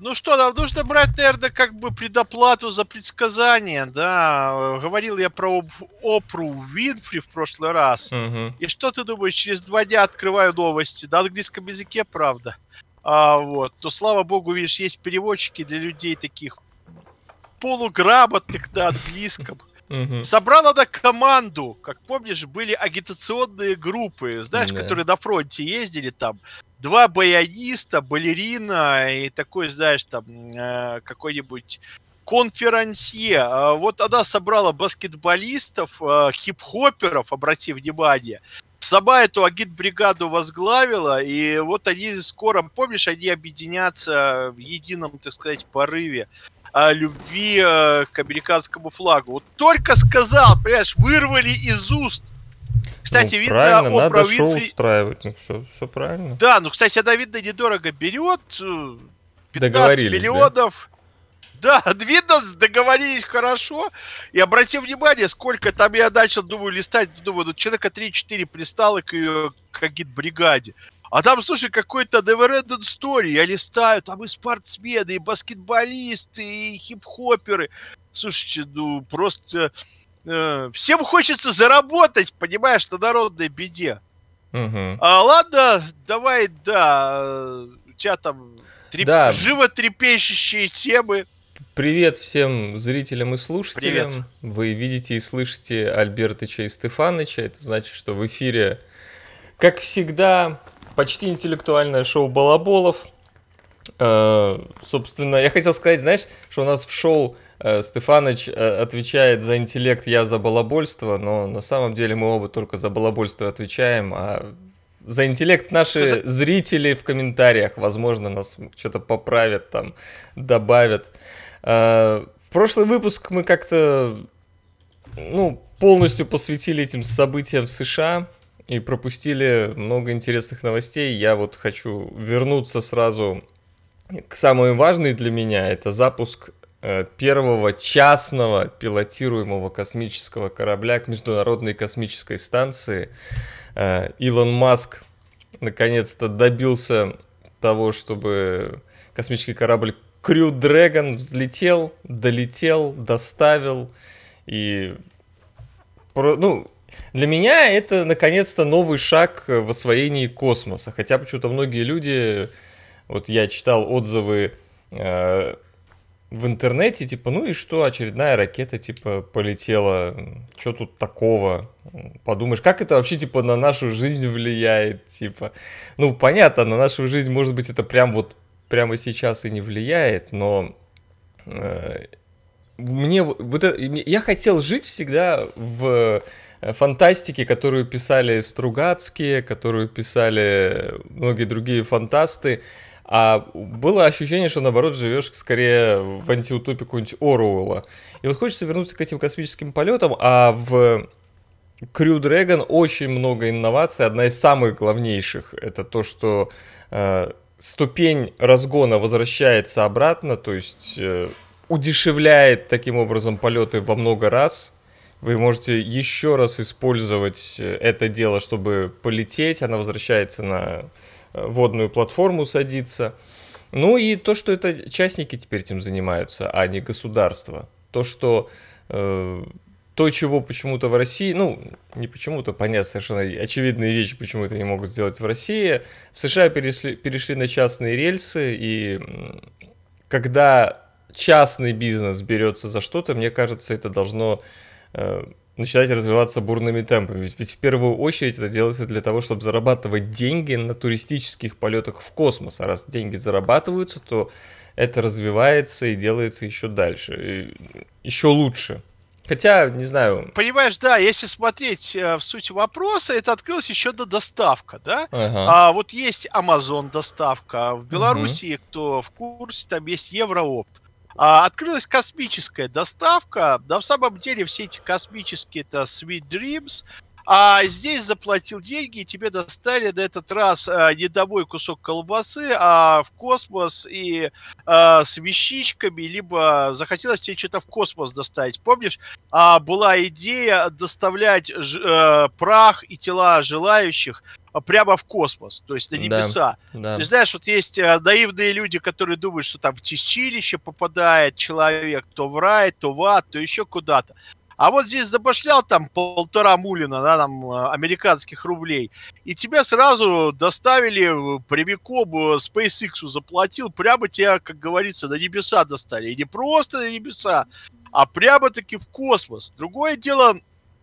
Ну что, нам нужно брать, наверное, как бы предоплату за предсказания, да. Говорил я про Опру Винфри в прошлый раз. Мгм. И что ты думаешь, через 2 дня открываю новости. На английском языке, правда. Вот. Но, слава богу, видишь, есть переводчики для людей таких полуграмотных на английском. Мгм. Собрала она команду. Как помнишь, были агитационные группы, знаешь, Да. которые на фронте ездили там. 2 баяниста, балерина и такой, знаешь, там какой-нибудь конферансье. Вот она собрала баскетболистов, хип-хоперов, обрати внимание. Сама эту агитбригаду возглавила, и вот они скоро, помнишь, они объединятся в едином, так сказать, порыве любви к американскому флагу. Вот только сказал, понимаешь, вырвали из уст. Ну, Кстати, видно, правильно, Опра надо шоу Уинфри... устраивать. Ну, все правильно. Да, ну, кстати, она, видно, недорого берет. 15 Договорились, да? миллионов. Да, видно, договорились хорошо. И обрати внимание, сколько там я начал, думаю, листать, думаю, ну, человека 3-4 пристало к ее к агитбригаде. А там, слушай, какой-то never-ending story. Я листаю, там и спортсмены, и баскетболисты, и хип-хоперы. Слушайте, ну, просто всем хочется заработать, понимаешь, на народной беде. Угу. Ладно, давай, да, у тебя там Да, животрепещущие темы. привет всем зрителям и Привет. слушателям. Вы видите и слышите Альбертыча и Стефаныча. Это значит, что в эфире, как всегда, почти интеллектуальное шоу «Балаболов». Собственно, я хотел сказать, знаешь, что у нас в шоу Стефаныч отвечает за интеллект, я за балабольство, но на самом деле мы оба только за балабольство отвечаем, а за интеллект наши зрители в комментариях, возможно, нас что-то поправят там, добавят. В прошлый выпуск мы как-то, ну, полностью посвятили этим событиям в США и пропустили много интересных новостей. Я вот хочу вернуться сразу к самой важной для меня. Это запуск первого частного пилотируемого космического корабля к Международной космической станции. Илон Маск наконец-то добился того, чтобы космический корабль Crew Dragon взлетел, долетел, доставил. И, ну, для меня это наконец-то новый шаг в освоении космоса. Хотя почему-то многие люди, вот я читал отзывы в интернете, типа, ну и что, очередная ракета, типа, полетела, что тут такого? Подумаешь, как это вообще, типа, на нашу жизнь влияет, типа. Ну, понятно, на нашу жизнь, может быть, это прям вот прямо сейчас и не влияет, но мне вот это, я хотел жить всегда в фантастике, которую писали Стругацкие, которую писали многие другие фантасты. А было ощущение, что наоборот живешь скорее в антиутопии какого-нибудь Оруэлла. И вот хочется вернуться к этим космическим полетам, а в Crew Dragon очень много инноваций. Одна из самых главнейших это то, что ступень разгона возвращается обратно, то есть удешевляет таким образом полеты во много раз. Вы можете еще раз использовать это дело, чтобы полететь. Она возвращается на водную платформу, садится. Ну и то, что это частники теперь этим занимаются, а не государство. То, что то, чего почему-то в России, ну, не почему-то, понятно, совершенно очевидные вещи, почему это не могут сделать в России. В США перешли на частные рельсы, и когда частный бизнес берется за что-то, мне кажется, это должно начинать развиваться бурными темпами. Ведь в первую очередь это делается для того, чтобы зарабатывать деньги на туристических полетах в космос. А раз деньги зарабатываются, то это развивается и делается еще дальше, еще лучше. Хотя, не знаю. Понимаешь, да, если смотреть в суть вопроса, это открылась еще до доставка, да? Ага. Вот есть Amazon доставка. В Угу. Беларуси, кто в курсе, там есть Евроопт. Открылась космическая доставка. Да, в самом деле все эти космические это Sweet Dreams. А здесь заплатил деньги, и тебе достали на этот раз не домой кусок колбасы, а в космос и с вещичками, либо захотелось тебе что-то в космос доставить. Помнишь, была идея доставлять прах и тела желающих прямо в космос, то есть на Да, небеса. да. Ты знаешь, вот есть наивные люди, которые думают, что там в чистилище попадает человек, то в рай, то в ад, то еще куда-то. А вот здесь забашлял там 1,5 мулина, да, там, американских рублей, и тебя сразу доставили прямиком, SpaceX заплатил, прямо тебя, как говорится, на небеса достали. И не просто на небеса, а прямо-таки в космос. Другое дело,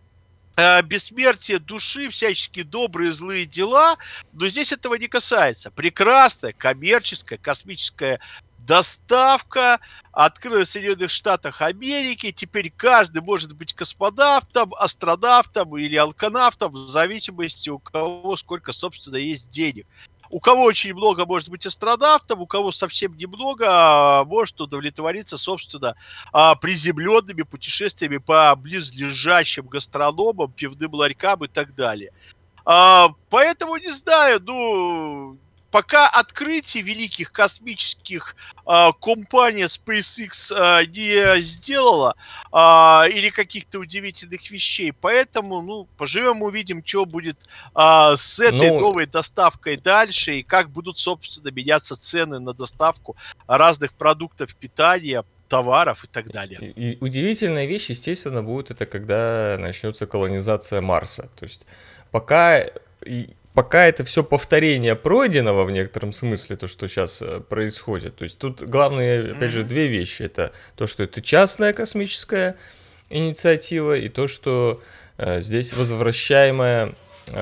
бессмертие души, всяческие добрые, злые дела, но здесь этого не касается. Прекрасная коммерческая космическая доставка открылась в Соединенных Штатах Америки. Теперь каждый может быть космонавтом, астронавтом или алканавтом, в зависимости у кого сколько, собственно, есть денег. У кого очень много может быть астронавтом, у кого совсем немного может удовлетвориться, собственно, приземленными путешествиями по близлежащим гастрономам, пивным ларькам и так далее. Поэтому не знаю, ну, пока открытий великих космических компания SpaceX не сделала или каких-то удивительных вещей. Поэтому, ну, поживем, увидим, что будет с этой Ну, новой доставкой дальше и как будут, собственно, меняться цены на доставку разных продуктов питания, товаров и так далее. и удивительная вещь, естественно, будет это, когда начнется колонизация Марса. То есть пока, пока это все повторение пройденного в некотором смысле, то, что сейчас происходит. То есть тут главные, опять же, две вещи. Это то, что это частная космическая инициатива, и то, что здесь возвращаемая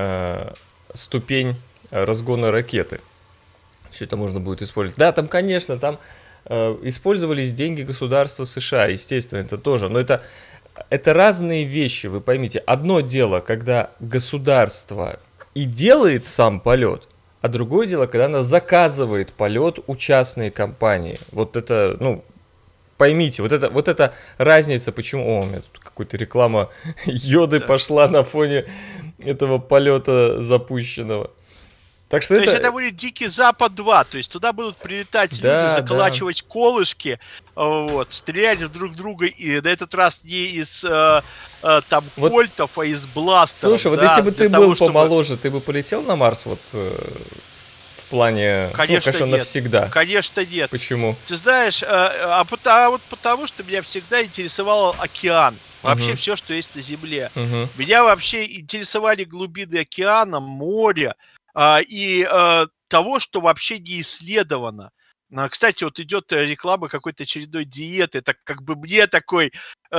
ступень разгона ракеты. Все это можно будет использовать. Да, там, конечно, там использовались деньги государства США, естественно, это тоже. Но это разные вещи, вы поймите. Одно дело, когда государство и делает сам полет, а другое дело, когда она заказывает полет у частной компании. Вот это, ну, поймите, вот это разница, почему... О, у меня тут какая-то реклама Йоды пошла на фоне этого полета запущенного. Так что то есть это будет Дикий Запад 2, то есть туда будут прилетать люди, заколачивать колышки, вот, стрелять друг друга, и на этот раз не из там вот, кольтов, а из бластеров. Слушай, вот если бы ты был помоложе, ты бы полетел на Марс вот в плане, конечно, ну, конечно, нет. навсегда? Конечно, нет. Почему? Ты знаешь, вот потому что меня всегда интересовал океан. Вообще все, что есть на Земле. Меня вообще интересовали глубины океана, моря, и того, что вообще не исследовано. Кстати, вот идет реклама какой-то очередной диеты, это как бы мне такой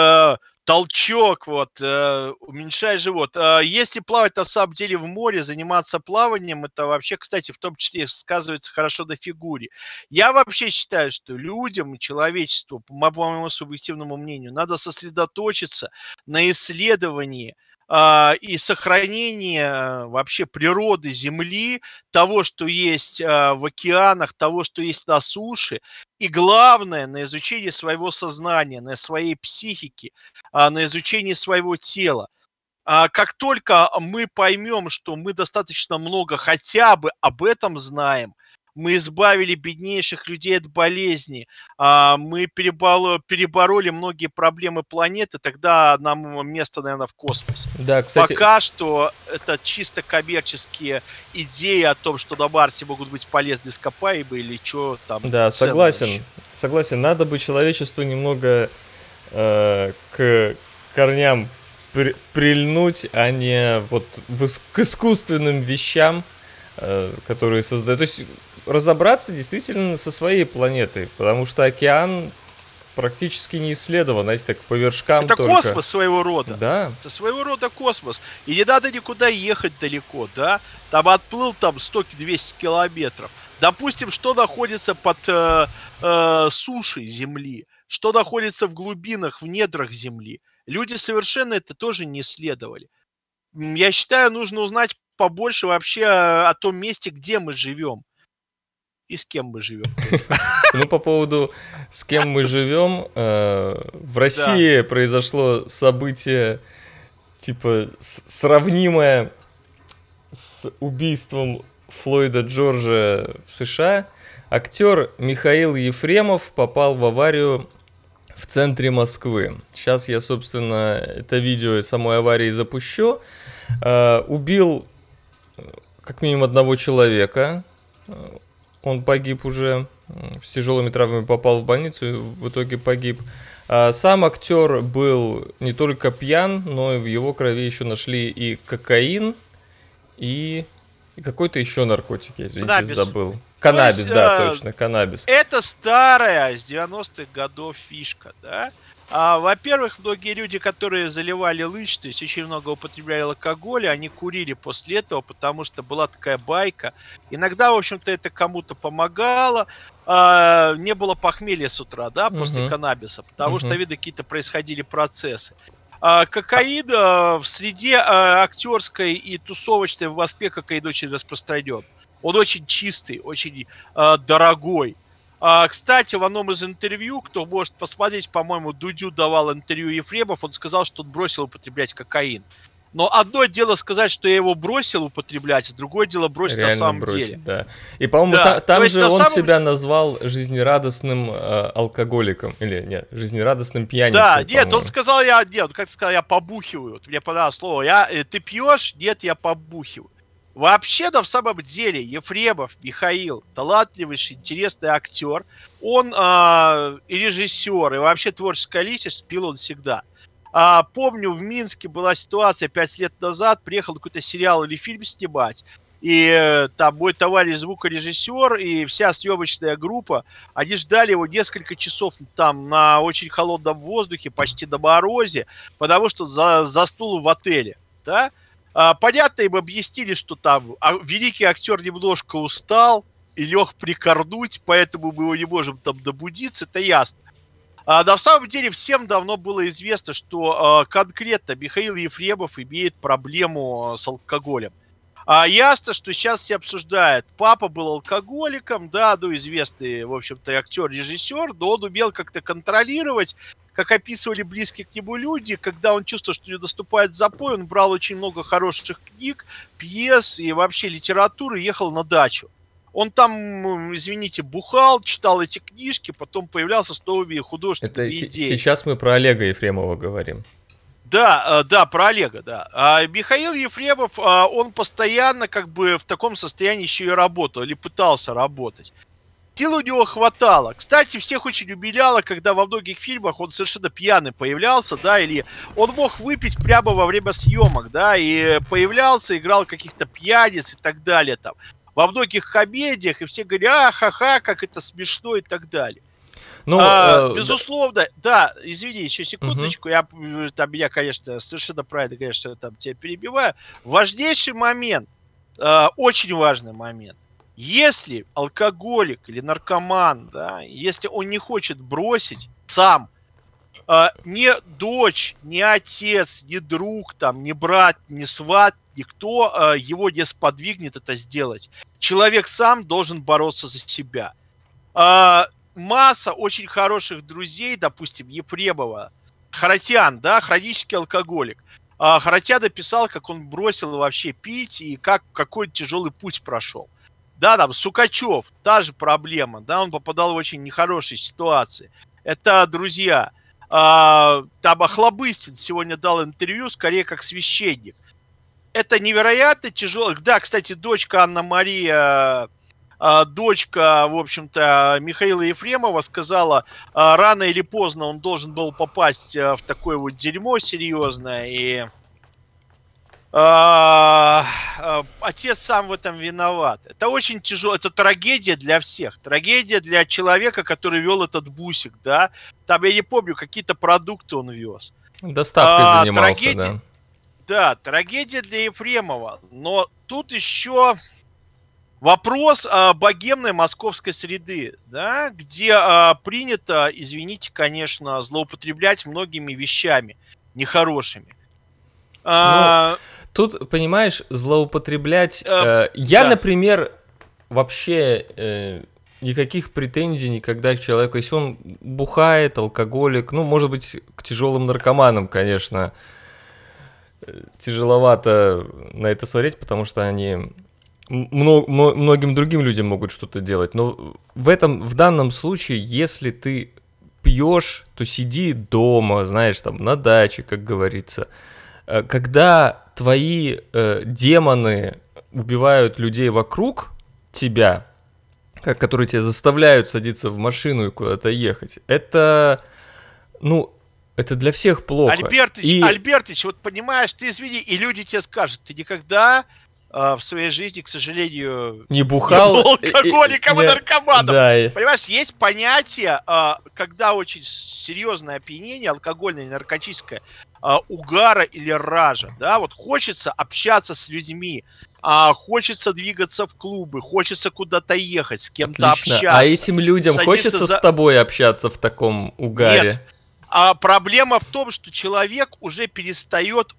толчок, вот, уменьшай живот. Если плавать на самом деле в море, заниматься плаванием, это вообще, кстати, в том числе сказывается хорошо на фигуре. Я вообще считаю, что людям и человечеству, по моему субъективному мнению, надо сосредоточиться на исследовании и сохранение вообще природы Земли, того, что есть в океанах, того, что есть на суше, и главное, на изучение своего сознания, на своей психики, на изучение своего тела. Как только мы поймем, что мы достаточно много хотя бы об этом знаем, мы избавили беднейших людей от болезни, мы перебороли многие проблемы планеты, тогда нам место, наверное, в космосе. Да, кстати... Пока что это чисто коммерческие идеи о том, что на Марсе могут быть полезны ископаемые или что там. Да, согласен. Надо бы человечеству немного к корням прильнуть, а не вот к искусственным вещам, которые создают. То есть разобраться действительно со своей планетой, потому что океан практически не исследован, знаете, так по вершкам это только. Космос своего рода. Да. Это своего рода космос. И не надо никуда ехать далеко, да? Там отплыл там 100-200 километров. Допустим, что находится под сушей Земли, что находится в глубинах, в недрах Земли. Люди совершенно это тоже не исследовали. Я считаю, нужно узнать побольше вообще о том месте, где мы живем. И с кем мы живем. Ну, по поводу с кем мы живем, в России произошло событие, типа, сравнимое с убийством Флойда Джорджа в США. Актер Михаил Ефремов попал в аварию в центре Москвы. Сейчас я, собственно, это видео самой аварии запущу. Убил как минимум одного человека. Он погиб уже, с тяжелыми травмами попал в больницу и в итоге погиб. А сам актер был не только пьян, но и в его крови еще нашли и кокаин, и какой-то еще наркотик, я, извините, Каннабис. забыл. Каннабис, есть, да, точно, каннабис. Это старая, с 90-х годов фишка, да? Во-первых, многие люди, которые заливали лыж, то есть очень много употребляли алкоголя, они курили после этого, потому что была такая байка. Иногда, в общем-то, это кому-то помогало. Не было похмелья с утра, да, после каннабиса, потому что, видно, какие-то происходили процессы. Кокаин в среде актерской и тусовочной в Москве кокаин очень распространен. Он очень чистый, очень дорогой. Кстати, в одном из интервью, кто может посмотреть, по-моему, Дудю давал интервью Ефремов, он сказал, что он бросил употреблять кокаин. Но одно дело сказать, что я его бросил употреблять, а другое дело бросить реально на самом деле. Да. И, по-моему, да. там же он себя назвал жизнерадостным алкоголиком. Или нет, жизнерадостным пьяницей. Да, нет, он сказал, я побухиваю. Вот мне понравилось слово. Ты пьешь? Нет, я побухиваю. Вообще, да, в самом деле, Ефремов Михаил, талантливейший, интересный актер, он и режиссер, и вообще творческая личность, пил он всегда. Помню, в Минске была ситуация 5 лет назад, приехал какой-то сериал или фильм снимать, и там мой товарищ звукорежиссер и вся съемочная группа, они ждали его несколько часов там на очень холодном воздухе, почти на морозе, потому что заснул в отеле, да. Понятно, им объяснили, что там великий актер немножко устал и лег прикорнуть, поэтому мы его не можем там добудиться, это ясно. Но на самом деле всем давно было известно, что конкретно Михаил Ефремов имеет проблему с алкоголем. Ясно, что сейчас все обсуждают. Папа был алкоголиком, да, ну, известный, в общем-то, актер-режиссер, но он умел как-то контролировать. Как описывали близкие к нему люди, когда он чувствовал, что не наступает запой, он брал очень много хороших книг, пьес и вообще литературы и ехал на дачу. Он там, извините, бухал, читал эти книжки, потом появлялся с новыми художественными идеями. Сейчас мы про Олега Ефремова говорим. Да, про Олега, да. Михаил Ефремов, он постоянно как бы в таком состоянии еще и работал, или пытался работать. Сил у него хватало. Кстати, всех очень умиляло, когда во многих фильмах он совершенно пьяный появлялся, да, или он мог выпить прямо во время съемок, да, и появлялся, играл каких-то пьяниц и так далее там. Во многих комедиях, и все говорят, ха-ха, как это смешно и так далее. Безусловно, да, извини, еще секундочку, меня, конечно, совершенно правильно говорят, что я там тебя перебиваю. Важнейший момент, очень важный момент. Если алкоголик или наркоман, да, если он не хочет бросить сам, ни дочь, ни отец, ни друг, там, ни брат, ни сват, никто его не сподвигнет это сделать. Человек сам должен бороться за себя. Масса очень хороших друзей, допустим, Ефремова, Харатьян, да, хронический алкоголик. Харатьян написал, как он бросил вообще пить и какой тяжелый путь прошел. Да, там, Сукачев, та же проблема, да, он попадал в очень нехорошие ситуации. Это друзья. Там Охлобыстин сегодня дал интервью, скорее как священник. Это невероятно тяжело. Да, кстати, дочка Анна-Мария, дочка, в общем-то, Михаила Ефремова сказала, рано или поздно он должен был попасть в такое вот дерьмо серьезное, и отец сам в этом виноват. Это очень тяжело, это трагедия для всех. Трагедия для человека, который вел этот бусик, да. Там, я не помню, какие-то продукты он вез. Доставкой занимался, да. Да, трагедия для Ефремова. Но тут еще вопрос богемной московской среды, да, где принято, извините, конечно, злоупотреблять многими вещами нехорошими. Тут, понимаешь, злоупотреблять... Я, например, вообще никаких претензий никогда к человеку. Если он бухает, алкоголик, ну, может быть, к тяжелым наркоманам, конечно, тяжеловато на это смотреть, потому что они многим другим людям могут что-то делать. Но в данном случае, если ты пьешь, то сиди дома, знаешь, там, на даче, как говорится. Когда твои демоны убивают людей вокруг тебя, которые тебя заставляют садиться в машину и куда-то ехать, это, ну, это для всех плохо. Альбертыч, вот понимаешь, ты извини, и люди тебе скажут, ты никогда в своей жизни, к сожалению, не бухал, не был алкоголиком и наркоманом. Да. Понимаешь, есть понятие, когда очень серьезное опьянение, алкогольное или наркотическое, угара или ража, да, вот хочется общаться с людьми, хочется двигаться в клубы, хочется куда-то ехать, с кем-то общаться. А этим людям хочется с тобой общаться в таком угаре? Нет. А проблема в том, что человек уже перестает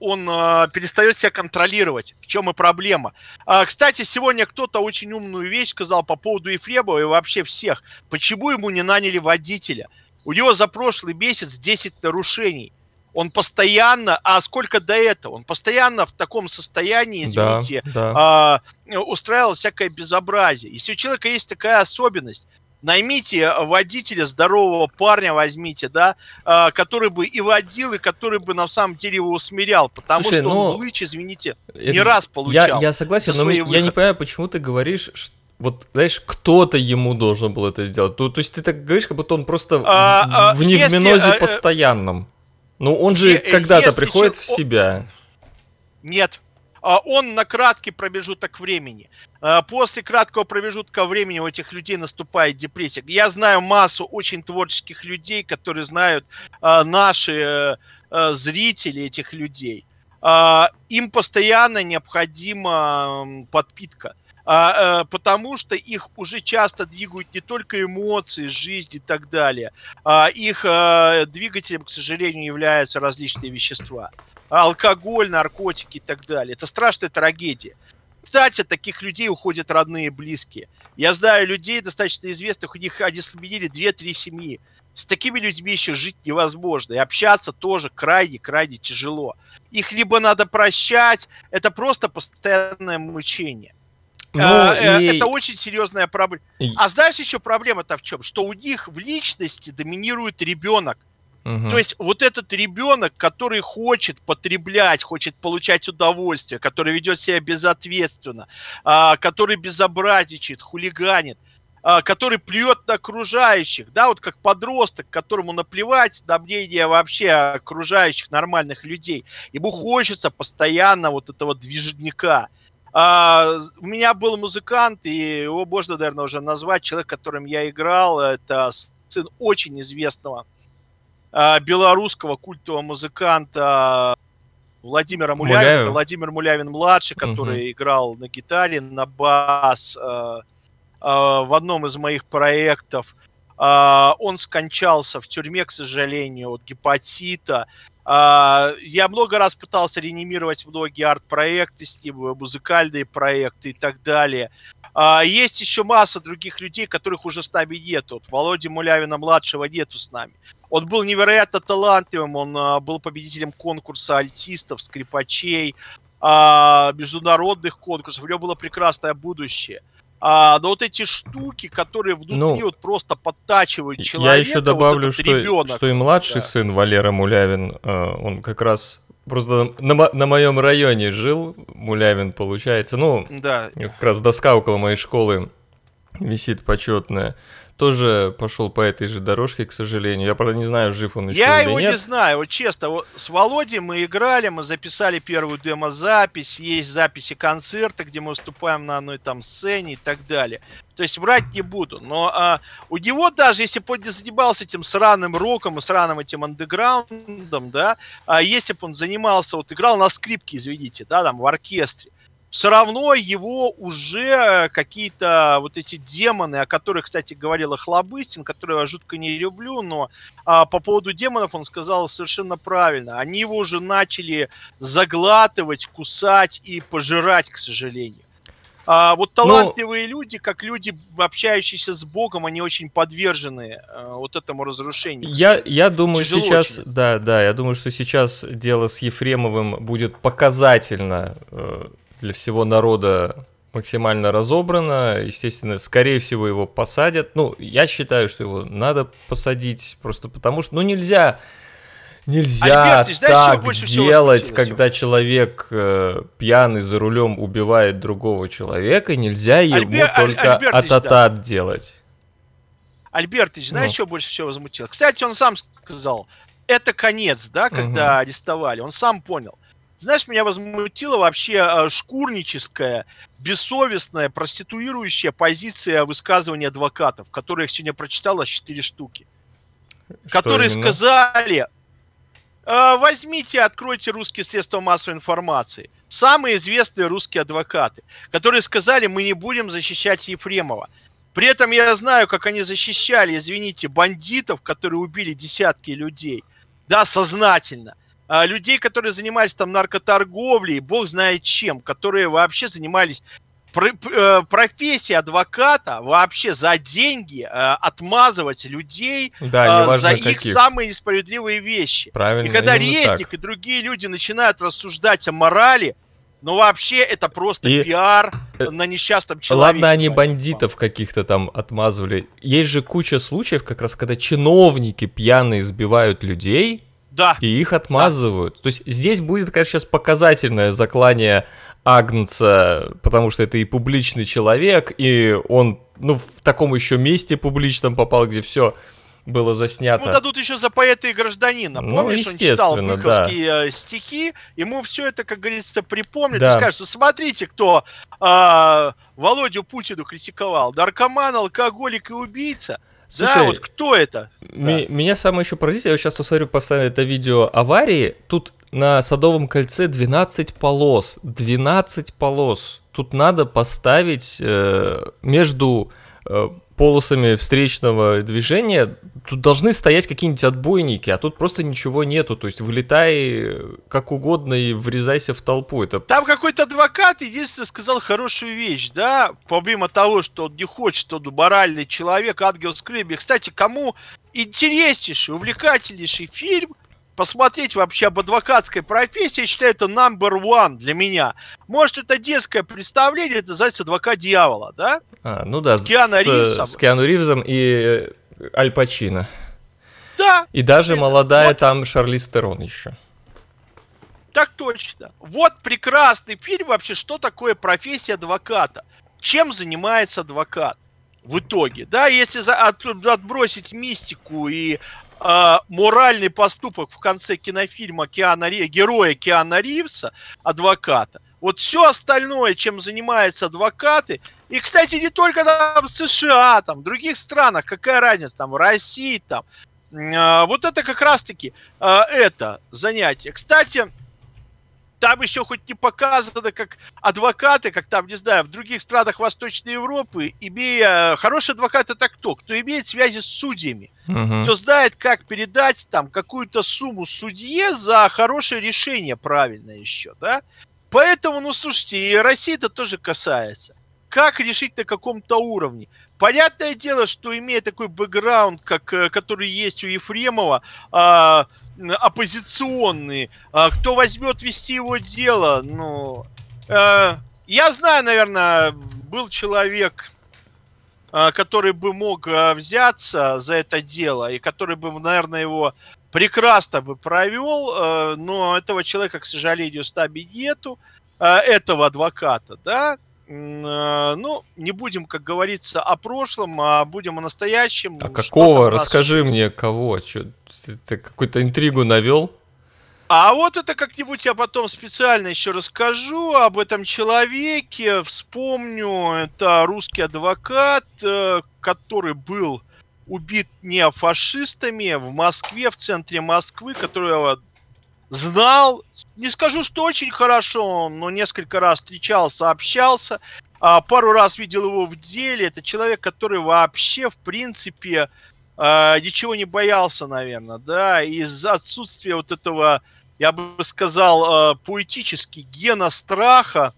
себя контролировать. В чем и проблема. Кстати, сегодня кто-то очень умную вещь сказал по поводу Ефремова и вообще всех. Почему ему не наняли водителя? У него за прошлый месяц 10 нарушений. Он постоянно, сколько до этого? Он постоянно в таком состоянии, извините, устраивал всякое безобразие. Если у человека есть такая особенность, наймите водителя, здорового парня возьмите, да, который бы и водил, и который бы на самом деле его усмирял, потому что он лыч, извините, не раз получал. Я согласен, но я не понимаю, почему ты говоришь, что вот, знаешь, кто-то ему должен был это сделать. То есть ты так говоришь, как будто он просто в невминозе постоянном. Ну, он же когда-то приходит в себя. Нет. Он на краткий промежуток времени. После краткого промежутка времени у этих людей наступает депрессия. Я знаю массу очень творческих людей, которые знают наши зрители этих людей. Им постоянно необходима подпитка. Потому что их уже часто двигают не только эмоции, жизнь и так далее. Их двигателем, к сожалению, являются различные вещества. Алкоголь, наркотики и так далее. Это страшная трагедия. Кстати, от таких людей уходят родные и близкие. Я знаю людей достаточно известных, у них они сменили 2-3 семьи. С такими людьми еще жить невозможно. И общаться тоже крайне-крайне тяжело. Их либо надо прощать, это просто постоянное мучение. Это очень серьезная проблема. А знаешь еще проблема-то в чем? Что у них в личности доминирует ребенок. То есть вот этот ребенок, который хочет потреблять, хочет получать удовольствие, который ведет себя безответственно, который безобразничает, хулиганит, который плюет на окружающих, да, вот как подросток, которому наплевать на мнение вообще окружающих нормальных людей. Ему хочется постоянно вот этого движника. У меня был музыкант, и его можно, наверное, уже назвать, человек, которым я играл, это сын очень известного белорусского культового музыканта Владимира Мулявина. Это Владимир Мулявин-младший, который играл на гитаре, на бас в одном из моих проектов. Он скончался в тюрьме, к сожалению, от гепатита. Я много раз пытался реанимировать многие арт-проекты с ним, музыкальные проекты и так далее. Есть еще масса других людей, которых уже с нами нету. Вот Володи Мулявина-младшего нету с нами. Он был невероятно талантливым, он был победителем конкурса альтистов, скрипачей, международных конкурсов. У него было прекрасное будущее. Но вот эти штуки, которые внутри вот просто подтачивают человека. Я еще добавлю, вот что и младший сын Валера Мулявин, он как раз просто на моем районе жил, Мулявин, получается. Ну, да. Как раз доска около моей школы висит почетная. Тоже пошел по этой же дорожке, к сожалению. Я, правда, не знаю, жив он еще или нет. Я его не знаю, вот честно. Вот с Володей мы играли, мы записали первую демозапись, есть записи концерта, где мы выступаем на одной там сцене и так далее. То есть врать не буду. Но у него даже, если бы он не занимался этим сраным роком и сраным этим андеграундом, да, если бы он занимался, вот играл на скрипке, извините, да, там в оркестре, все равно его уже какие-то вот эти демоны, о которых, кстати, говорил Охлобыстин, которые я жутко не люблю, но по поводу демонов он сказал совершенно правильно. Они его уже начали заглатывать, кусать и пожирать, к сожалению. Вот талантливые люди, как люди, общающиеся с Богом, они очень подвержены вот этому разрушению. Я думаю, сейчас, да, я думаю, что сейчас дело с Ефремовым будет показательно для всего народа максимально разобрано. Естественно, скорее всего, его посадят. Ну, я считаю, что его надо посадить, просто потому что, ну, нельзя Нельзя Альбертыч, знаешь, чего так больше всего делать, возмутило когда человек пьяный за рулем убивает другого человека, нельзя ему только Альбертыч, да. ататат делать. Альбертыч, знаешь, Ну, что больше всего возмутило? Кстати, он сам сказал, это конец, да, мгм. когда арестовали, он сам понял. Знаешь, меня возмутила вообще шкурническая, бессовестная, проституирующая позиция высказывания адвокатов, которые я сегодня прочитал аж 4 штуки. Что Которые именно? сказали, возьмите, откройте русские средства массовой информации. Самые известные русские адвокаты, которые сказали, мы не будем защищать Ефремова. При этом я знаю, как они защищали, извините, бандитов, которые убили десятки людей. Да, сознательно. Людей, которые занимались там наркоторговлей, бог знает чем, которые вообще занимались профессией адвоката, вообще за деньги отмазывать людей Да, за неважно их каких. самые несправедливые вещи. И Правильно, когда именно Резник так. и другие люди начинают рассуждать о морали, ну вообще это просто И пиар э, на несчастном ладно, человеке, они говорят вам. бандитов каких-то там отмазывали. Есть же куча случаев, как раз когда чиновники пьяные сбивают людей, Да, и их да. отмазывают. То есть здесь будет, конечно, сейчас показательное заклание Агнца, потому что это и публичный человек, и он, ну, в таком еще месте публичном попал, где все было Ему заснято. дадут еще за поэта и гражданина. Ну, Помнишь, он читал естественно, да. быковские стихи, ему все это, как говорится, припомнят и Да. скажут, что смотрите, кто Володю Путину критиковал. Наркоман, алкоголик и убийца. Слушай, Да, вот кто это? Да. Меня самое еще поразительно, я сейчас посмотрю постоянно это видео аварии, тут на Садовом кольце 12 полос, 12 полос. Тут надо поставить между полосами встречного движения, тут должны стоять какие-нибудь отбойники, а тут просто ничего нету, то есть вылетай как угодно и врезайся в толпу. Это... Там какой-то адвокат единственное сказал хорошую вещь, да, помимо того, что он не хочет, он моральный человек, ангел с крыльями. Кстати, кому интереснейший, увлекательнейший фильм посмотреть вообще об адвокатской профессии, я считаю, это number one для меня. Может, это детское представление, это называется «Адвокат дьявола», да? ну да, С Киану Ривзом. с Киану Ривзом и Аль Пачино. Да. И даже это, молодая вот, там Шарлиз Терон еще. так точно. Вот прекрасный фильм вообще, что такое профессия адвоката. Чем занимается адвокат в итоге, да, если отбросить мистику и моральный поступок в конце кинофильма героя Киану Ривза, адвоката, вот все остальное, чем занимаются адвокаты, и, кстати, не только там в США, там, в других странах, какая разница, там, в России, там, вот это как раз-таки это занятие. Кстати, там еще хоть не показано, как адвокаты, как там, не знаю, в других странах Восточной Европы, имея... Хороший адвокат это кто? Кто имеет связи с судьями. Кто знает, как передать там какую-то сумму судье за хорошее решение правильное еще, да? Поэтому, ну, слушайте, и России это тоже касается. Как решить на каком-то уровне? Понятное дело, что имея такой бэкграунд, который есть у Ефремова, оппозиционный, кто возьмет вести его дело, ну... я знаю, наверное, был человек, который бы мог взяться за это дело, и который бы, наверное, его прекрасно бы провел, но этого человека, к сожалению, с нами нету, этого адвоката, да, ну, не будем, как говорится, о прошлом, а будем о настоящем. А какого? Расскажи мне, кого? Чё, ты какую-то интригу навел? А вот это как-нибудь я потом специально еще расскажу об этом человеке, вспомню. Это русский адвокат, который был убит неофашистами в Москве, в центре Москвы, которого знал, не скажу, что очень хорошо, но несколько раз встречался, общался, пару раз видел его в деле. Это человек, который вообще, в принципе, ничего не боялся, наверное, да, из-за отсутствия вот этого, я бы сказал, поэтически гена страха,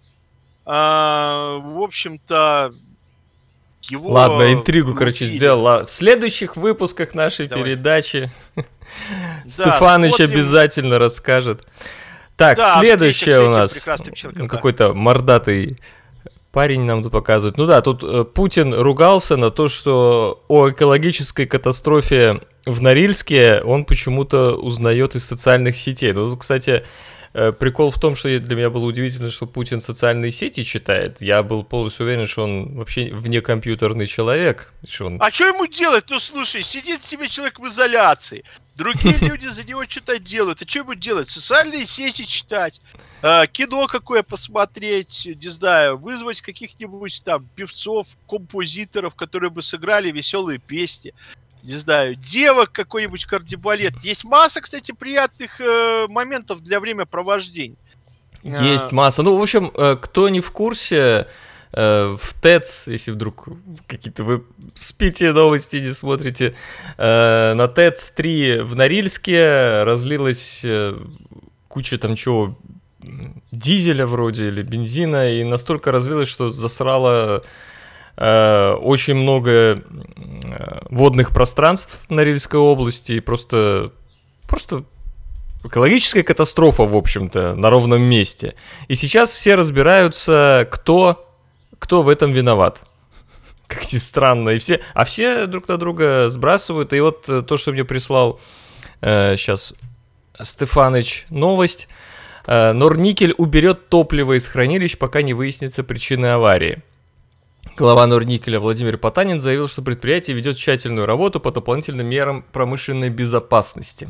в общем-то, его... Ладно, интригу, короче, убили. сделал. В следующих выпусках нашей Давай. передачи Да, Стефаныч смотрим. обязательно расскажет. Так, Да, следующее встреча с у этим нас прекрасным человеком, да. какой-то мордатый парень нам тут показывает. Ну да, тут Путин ругался на то, что о экологической катастрофе в Норильске он почему-то узнает из социальных сетей. Ну, тут, кстати, прикол в том, что для меня было удивительно, что Путин социальные сети читает. Я был полностью уверен, что он вообще внекомпьютерный человек. Что он... А что ему делать? Ну, слушай, сидит себе человек в изоляции. Другие люди за него что-то делают. А что ему делать? Социальные сети читать, кино какое посмотреть, не знаю, вызвать каких-нибудь там певцов, композиторов, которые бы сыграли веселые песни. Не знаю, девок какой-нибудь кардибалет. Есть масса, кстати, приятных моментов для времяпровождения. Есть масса. Ну, в общем, кто не в курсе, в ТЭЦ, если вдруг какие-то вы спите, новости не смотрите, на ТЭЦ-3 в Норильске разлилась куча там чего, дизеля вроде или бензина, и настолько разлилось, что засрало очень много водных пространств в Норильской области, и просто экологическая катастрофа, в общем-то, на ровном месте. И сейчас все разбираются, кто в этом виноват. Как ни странно. Все друг на друга сбрасывают. И вот то, что мне прислал сейчас Стефаныч новость. Норникель уберет топливо из хранилищ, пока не выяснится причины аварии. Глава Норникеля Владимир Потанин заявил, что предприятие ведет тщательную работу по дополнительным мерам промышленной безопасности.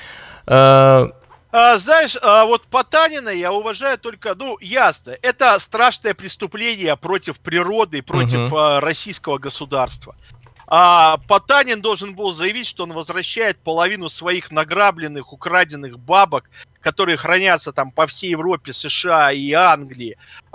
Знаешь, вот Потанина я уважаю только, ясно, это страшное преступление против природы и против российского государства. Потанин должен был заявить, что он возвращает половину своих награбленных, украденных бабок, которые хранятся там по всей Европе, США и Англии,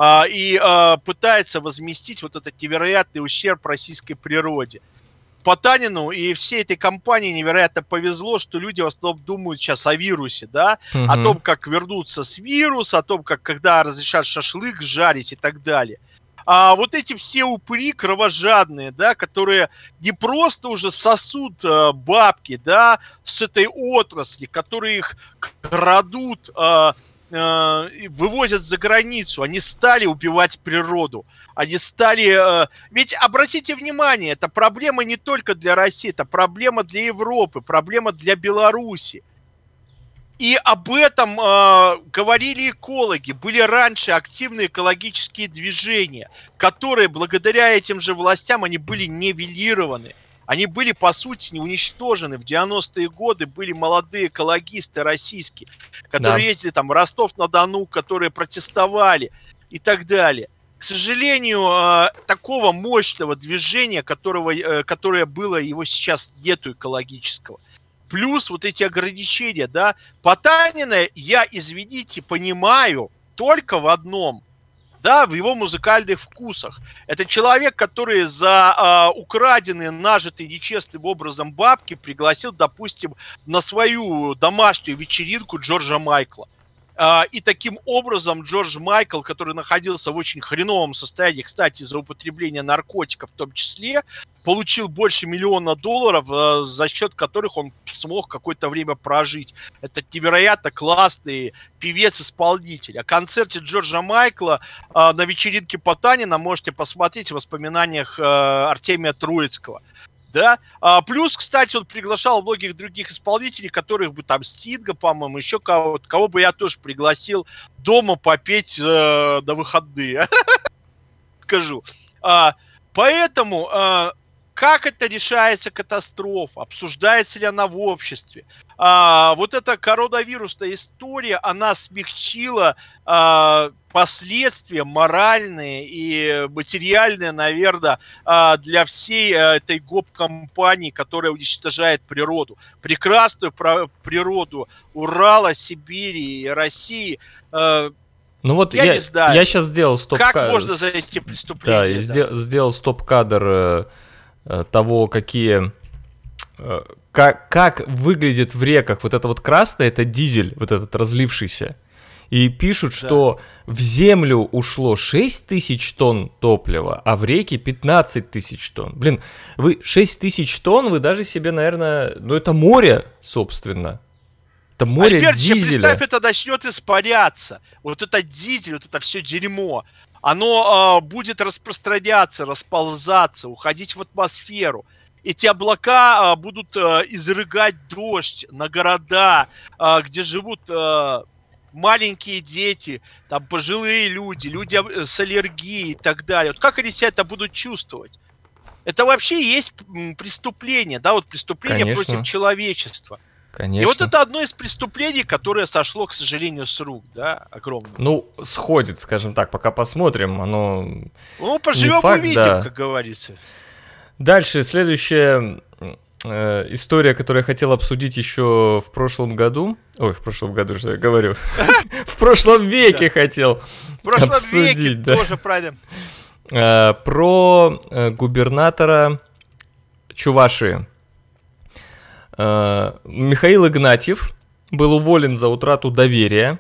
и пытается возместить вот этот невероятный ущерб российской природе. Потанину и всей этой компании невероятно повезло, что люди в основном думают сейчас о вирусе, да, о том, как вернуться с вируса, о том, когда разрешат шашлык жарить и так далее. А вот эти все упыри кровожадные, да, которые не просто уже сосут бабки, да, с этой отрасли, которые их крадут, вывозят за границу, они стали убивать природу. Они стали... Ведь обратите внимание, это проблема не только для России, это проблема для Европы, проблема для Беларуси. И об этом говорили экологи. Были раньше активные экологические движения, которые благодаря этим же властям, они были нивелированы. Они были, по сути, не уничтожены. В 90-е годы были молодые экологисты российские, которые ездили там в Ростов-на-Дону, которые протестовали и так далее. К сожалению, такого мощного движения, которое было, его сейчас нету экологического. Плюс вот эти ограничения, да. Потанина я, извините, понимаю только в одном. Да, в его музыкальных вкусах. Это человек, который за украденные, нажитые нечестным образом бабки пригласил, допустим, на свою домашнюю вечеринку Джорджа Майкла. И таким образом Джордж Майкл, который находился в очень хреновом состоянии, кстати, за употребление наркотиков в том числе, получил больше $1 миллиона, за счет которых он смог какое-то время прожить. Это невероятно классный певец-исполнитель. О концерте Джорджа Майкла на вечеринке Потанина можете посмотреть в воспоминаниях Артемия Троицкого. Да? Плюс, кстати, он приглашал многих других исполнителей, которых бы там Стинга, по-моему, еще кого бы я тоже пригласил дома попеть на выходные. Скажу. Поэтому как это решается катастрофа? Обсуждается ли она в обществе? Вот эта коронавирусная история, она смягчила последствия моральные и материальные, наверное, для всей этой гоп-компании, которая уничтожает природу. Прекрасную природу Урала, Сибири, России. Ну вот я сейчас сделал стоп-кадр. Как можно за эти преступления? Да, я сделал стоп-кадр того, как выглядит в реках вот это вот красное, это дизель, вот этот разлившийся. И пишут, что в землю ушло 6 тысяч тонн топлива, а в реки 15 тысяч тонн. Блин, вы 6 тысяч тонн, вы даже себе, наверное, это море, собственно. Это море дизеля. Представь, это начнет испаряться. Вот это дизель, вот это все дерьмо. оно будет распространяться, расползаться, уходить в атмосферу. Эти облака будут изрыгать дождь на города, где живут маленькие дети, там пожилые люди, люди с аллергией и так далее. Вот как они себя это будут чувствовать? Это вообще и есть преступление, да, вот преступление Конечно. против человечества. Конечно. И вот это одно из преступлений, которое сошло, к сожалению, с рук, да, огромное. Ну, сходит, скажем так, пока посмотрим, оно... Ну, поживем, факт, увидим, да. как говорится. Дальше, следующая история, которую я хотел обсудить еще в прошлом году. Ой, в прошлом году, что я говорю. В прошлом веке хотел В прошлом обсудить, веке да. тоже правильно. Про губернатора Чувашии. Михаил Игнатьев был уволен за утрату доверия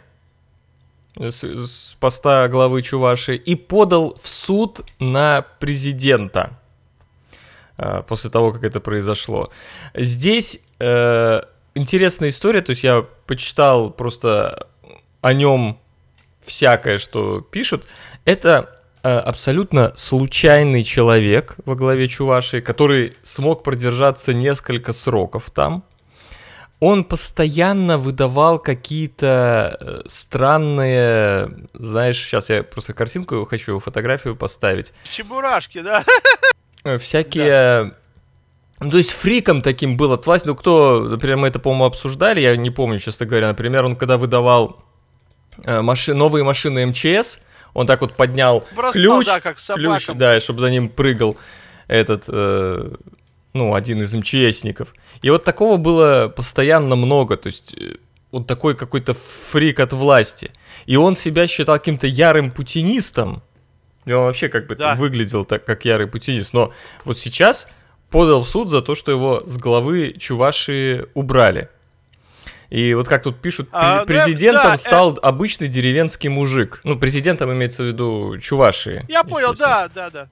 с поста главы Чувашии и подал в суд на президента после того, как это произошло. Здесь интересная история, то есть я почитал просто о нем всякое, что пишут. Это абсолютно случайный человек во главе Чувашии, который смог продержаться несколько сроков там. Он постоянно выдавал какие-то странные, знаешь, сейчас я просто картинку хочу, фотографию поставить. Чебурашки, да? Всякие... Да. То есть фриком таким был от власти. Ну, кто, например, мы это, по-моему, обсуждали, я не помню, честно говоря. Например, он когда выдавал новые машины МЧС, он так вот поднял ключ, да, как ключ, да, чтобы за ним прыгал этот, один из МЧСников. И вот такого было постоянно много, то есть он такой какой-то фрик от власти. И он себя считал каким-то ярым путинистом. И он вообще как бы выглядел так, как ярый путинист. Но вот сейчас подал в суд за то, что его с Чувашии убрали. И вот как тут пишут, президентом стал обычный деревенский мужик. Ну, президентом имеется в виду Чувашии. Я понял, да.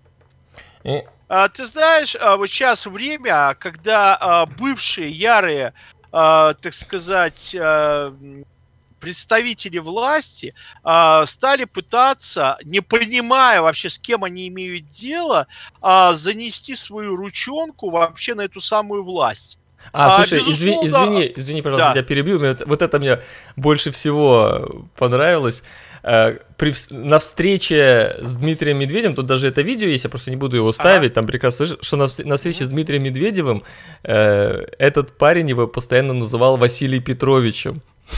Ты знаешь, вот сейчас время, когда бывшие ярые, так сказать, представители власти стали пытаться, не понимая вообще, с кем они имеют дело, занести свою ручонку вообще на эту самую власть. Слушай, извини, пожалуйста, я тебя перебил. Вот это мне больше всего понравилось. На встрече с Дмитрием Медведевым, тут даже это видео есть, я просто не буду его ставить, там прекрасно слышно, что на встрече с Дмитрием Медведевым этот парень его постоянно называл Василий Петровичем.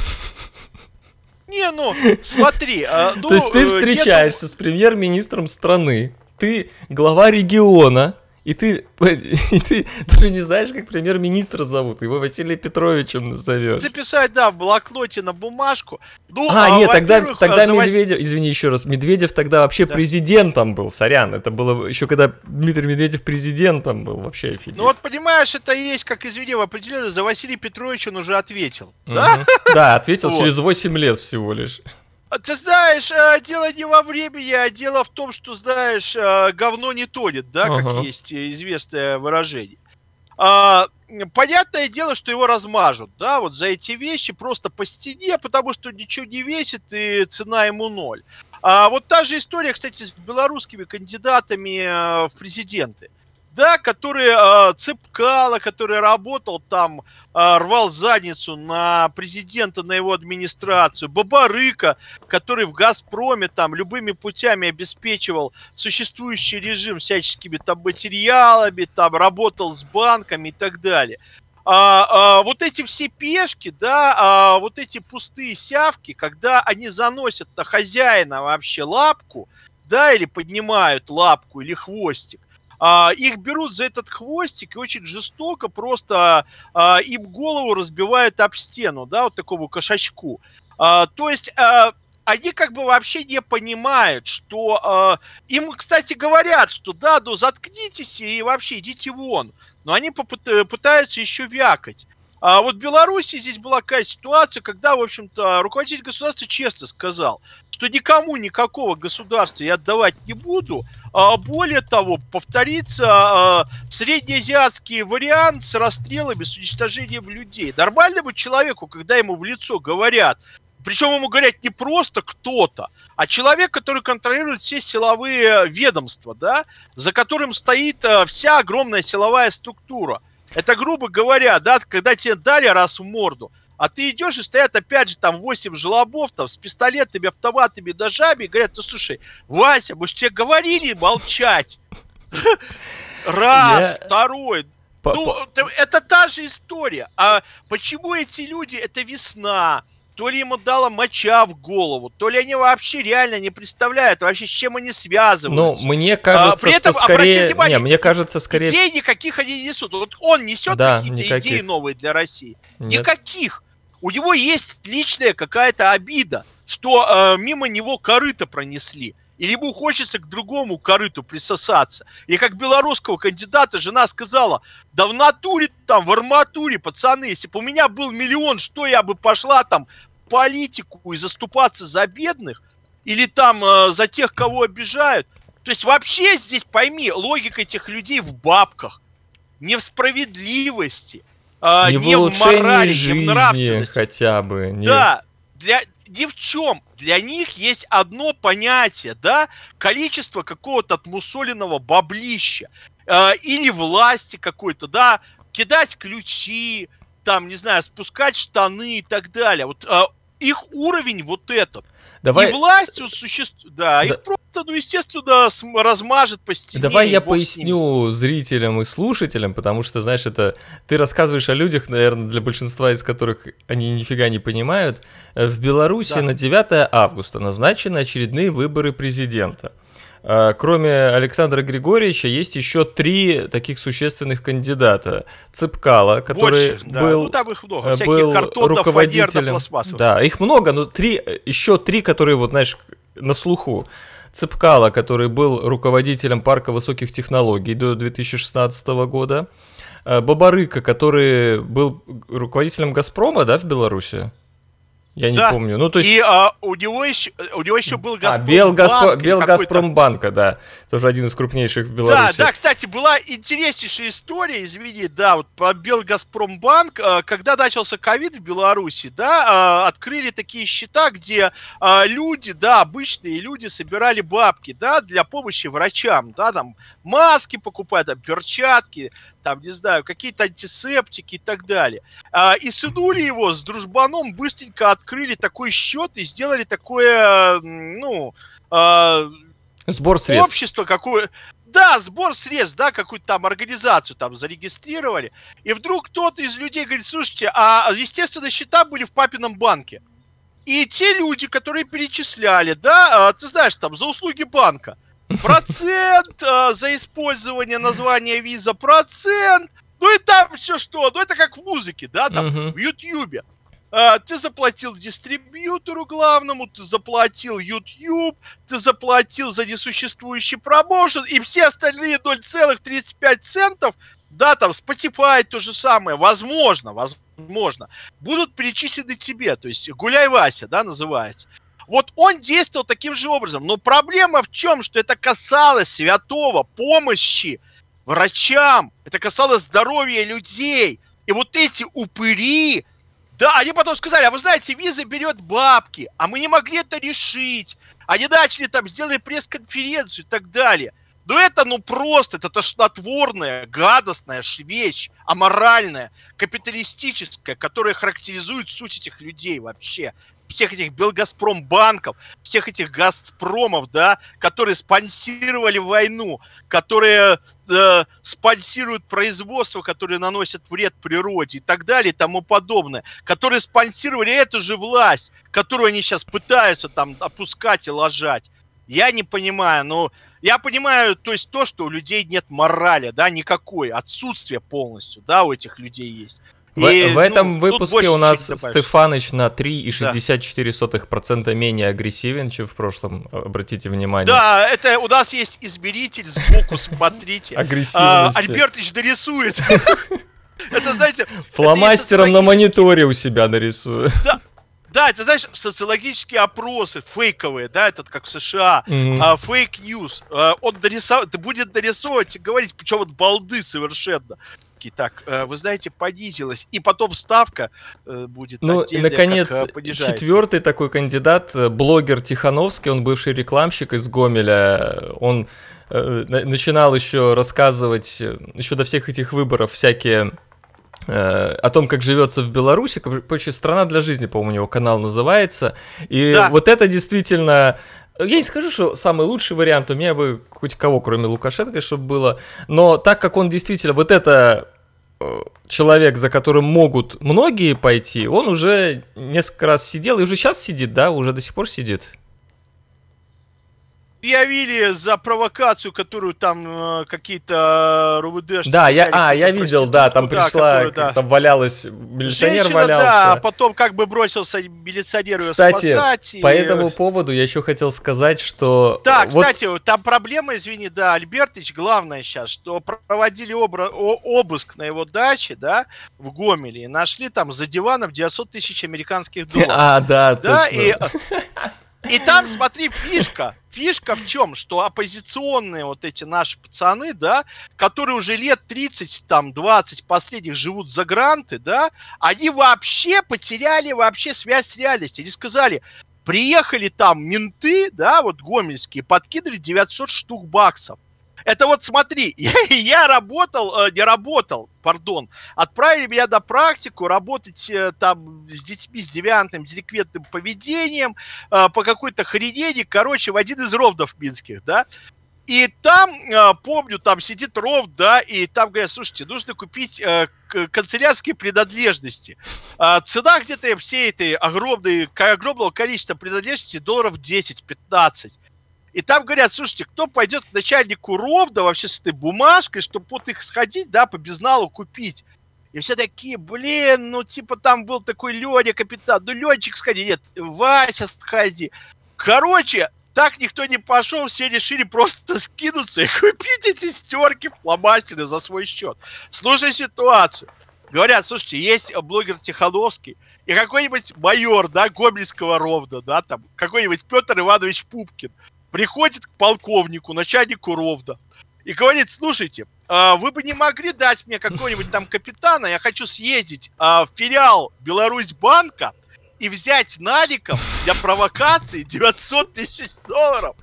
Не, смотри. То есть ты встречаешься с премьер-министром страны, ты глава региона, и ты даже не знаешь, как премьер-министра зовут, его Василием Петровичем назовешь. Записать, в блокноте на бумажку. Нет, тогда Медведев, извини еще раз, Медведев тогда вообще президентом был, сорян, это было еще когда Дмитрий Медведев президентом был, вообще офигеть. Ну вот понимаешь, это есть, как извини, в определении, за Василия Петровича он уже ответил, да? Да, ответил через 8 лет всего лишь. Ты знаешь, дело не во времени, а дело в том, что, знаешь, говно не тонет, да, как есть известное выражение. Понятное дело, что его размажут, да, вот за эти вещи просто по стене, потому что ничего не весит и цена ему 0. Вот та же история, кстати, с белорусскими кандидатами в президенты. Да, который Цепкало, который работал там, рвал задницу на президента, на его администрацию, Бабарыка, который в «Газпроме» там любыми путями обеспечивал существующий режим всяческими там материалами, там работал с банками и так далее. Вот эти все пешки, да, вот эти пустые сявки, когда они заносят на хозяина вообще лапку, да, или поднимают лапку или хвостик, их берут за этот хвостик и очень жестоко просто им голову разбивают об стену, да, вот такому кошачку. То есть они как бы вообще не понимают, что им, кстати, говорят, что да, ну заткнитесь и вообще идите вон. Но они пытаются еще вякать. А вот в Беларуси здесь была какая ситуация, когда, в общем-то, руководитель государства честно сказал, что никому никакого государства я отдавать не буду. Более того, повторится среднеазиатский вариант с расстрелами, с уничтожением людей. Нормальному человеку, когда ему в лицо говорят, Причем ему говорят не просто кто-то, а человек, который контролирует все силовые ведомства, да, за которым стоит вся огромная силовая структура. Это, грубо говоря, да, когда тебе дали раз в морду, а ты идешь и стоят опять же там 8 жлобов там, с пистолетами, автоматами, ножами и говорят, ну слушай, Вася, мы же тебе говорили молчать. Раз, второй. Ну, это та же история. А почему эти люди, это весна, то ли ему дала моча в голову, то ли они вообще реально не представляют вообще, с чем они связываются. Ну, мне кажется, при этом, что скорее... внимание, мне кажется, скорее... идей никаких они не несут. Вот он несет какие-то идеи новые для России. Нет. Никаких. У него есть личная какая-то обида, что мимо него корыто пронесли. Или ему хочется к другому корыту присосаться. И как белорусского кандидата жена сказала, да в натуре там, в арматуре, пацаны, если бы у меня был миллион, что я бы пошла там в политику и заступаться за бедных? Или там за тех, кого обижают? То есть вообще здесь, пойми, логика этих людей в бабках, не в справедливости, не в морали, жизни, не в нравственности. Хотя бы. Не... Да, ни в чем. Для них есть одно понятие, да, количество какого-то отмусоленного баблища или власти какой-то, да, кидать ключи, там, не знаю, спускать штаны и так далее. Вот их уровень вот этот. Давай... И власть существует, да, их просто, ну, естественно, размажет по стене. Давай я поясню зрителям и слушателям, потому что, знаешь, это ты рассказываешь о людях, наверное, для большинства из которых они нифига не понимают. В Беларуси на 9 августа назначены очередные выборы президента. Кроме Александра Григорьевича есть еще 3 таких существенных кандидата. Цыпкало, который был, руководителем... Да, их много, но еще 3, которые, вот, знаешь, на слуху. Цыпкало, который был руководителем парка высоких технологий до 2016 года. Бабарыка, который был руководителем «Газпрома», да, в Беларуси? Я не помню. Ну, то есть... И у него еще был «Газпромбанк». «Газпромбанка», да. Тоже один из крупнейших в Беларуси. Да, кстати, была интереснейшая история, извини, да, вот про «Белгазпромбанк». Когда начался ковид в Беларуси, да, открыли такие счета, где люди, да, обычные люди собирали бабки, да, для помощи врачам, да, там, маски покупать, там, перчатки, там, не знаю, какие-то антисептики и так далее. И сынули его с дружбаном, быстренько открыли такой счет и сделали такое, ну, сбор средств. Общество какое... Да, сбор средств, да, какую-то там организацию там зарегистрировали. И вдруг кто-то из людей говорит, слушайте, естественно, счета были в папином банке. И те люди, которые перечисляли, да, ты знаешь, там, за услуги банка, процент за использование названия виза, процент, ну и там все что, ну это как в музыке, да, там, в Ютьюбе. Ты заплатил дистрибьютору главному, ты заплатил YouTube, ты заплатил за несуществующий промоушен, и все остальные 0,35, да, там, Spotify то же самое, возможно, будут перечислены тебе, то есть «Гуляй, Вася», да, называется. Вот он действовал таким же образом. Но проблема в чем? Что это касалось святого, помощи врачам. Это касалось здоровья людей. И вот эти упыри, да, они потом сказали, а вы знаете, виза берет бабки, а мы не могли это решить. Они начали там, сделали пресс-конференцию и так далее. Но это, ну, просто, это тошнотворная, гадостная вещь, аморальная, капиталистическая, которая характеризует суть этих людей вообще. Всех этих Белгазпромбанков, всех этих Газпромов, да, которые спонсировали войну, которые спонсируют производство, которые наносят вред природе и так далее и тому подобное, которые спонсировали эту же власть, которую они сейчас пытаются там опускать и ложать. Я не понимаю, но я понимаю, то есть то, что у людей нет морали, да, никакой, отсутствие полностью, да, у этих людей есть. В этом выпуске у нас Стефаныч на 3,64% менее агрессивен, чем в прошлом, обратите внимание. Да, это у нас есть измеритель сбоку, смотрите. Агрессивность. Альбертыч нарисует. Это, знаете... Фломастером на мониторе у себя нарисую. Да, это, знаешь, социологические опросы фейковые, да, это как в США, фейк-ньюс. Он будет нарисовывать и говорить, причем от балды совершенно. так, вы знаете, понизилась. И потом ставка будет Ну, и, отдельная, наконец, как понижается. четвертый такой кандидат, блогер Тихановский, он бывший рекламщик из Гомеля, он начинал еще рассказывать, еще до всех этих выборов, всякие о том, как живется в Беларуси, короче, «Страна для жизни», по-моему, у него канал называется, и Да. вот это действительно... Я не скажу, что самый лучший вариант, у меня бы хоть кого, кроме Лукашенко, чтобы было, но так как он действительно, вот это человек, за которым могут многие пойти, он уже несколько раз сидел, и уже сейчас сидит, да, уже до сих пор сидит. Объявили за провокацию, которую там какие-то РУВДшники... Да, я видел, да, там пришла, которая, да. там валялась, милиционер Женщина, валялся. да, а потом как бы бросился милиционер ее Кстати, спасать. по этому поводу я еще хотел сказать, что... Да, вот... кстати, там проблема, извини, да, Альбертыч, главное сейчас, что проводили обыск на его даче, да, в Гомеле, и нашли там за диваном 900 тысяч американских долларов. А, да, да, точно. И там, смотри, фишка. Фишка в чем? Что оппозиционные вот эти наши пацаны, да, которые уже лет 30, там, 20 последних живут за гранты, да, они вообще потеряли вообще связь с реальностью. Они сказали, приехали там менты, да, вот гомельские, подкинули 900 штук баксов. Это вот смотри, я отправили меня на практику работать там с детьми с девиантным, деликвентным поведением, по какой-то хренени, короче, в один из ровдов минских, да. И там, помню, там сидит ров, да, и там говорят, слушайте, нужно купить канцелярские принадлежности. Цена где-то всей этой огромного количества принадлежностей долларов 10-15. И там говорят, слушайте, кто пойдет к начальнику ровда вообще с этой бумажкой, чтобы вот их сходить, да, по безналу купить. И все такие, блин, ну типа там был такой Леня, капитан, ну Ленчик сходи, нет, Вася сходи. Короче, так никто не пошел, все решили просто скинуться и купить эти стерки, фломастеры за свой счет. Слушай ситуацию. Говорят, слушайте, есть блогер Тихановский и какой-нибудь майор, да, Гомельского ровда, да, там, какой-нибудь Петр Иванович Пупкин приходит к полковнику, начальнику ровда, и говорит, слушайте, вы бы не могли дать мне какого-нибудь там капитана, я хочу съездить в филиал Беларусьбанка и взять наликом для провокации 900 тысяч долларов.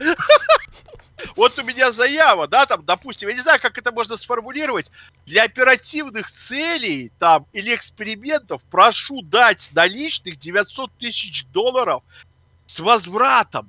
Вот у меня заява, да, там, допустим, я не знаю, как это можно сформулировать, для оперативных целей там или экспериментов прошу дать наличных 900 тысяч долларов с возвратом.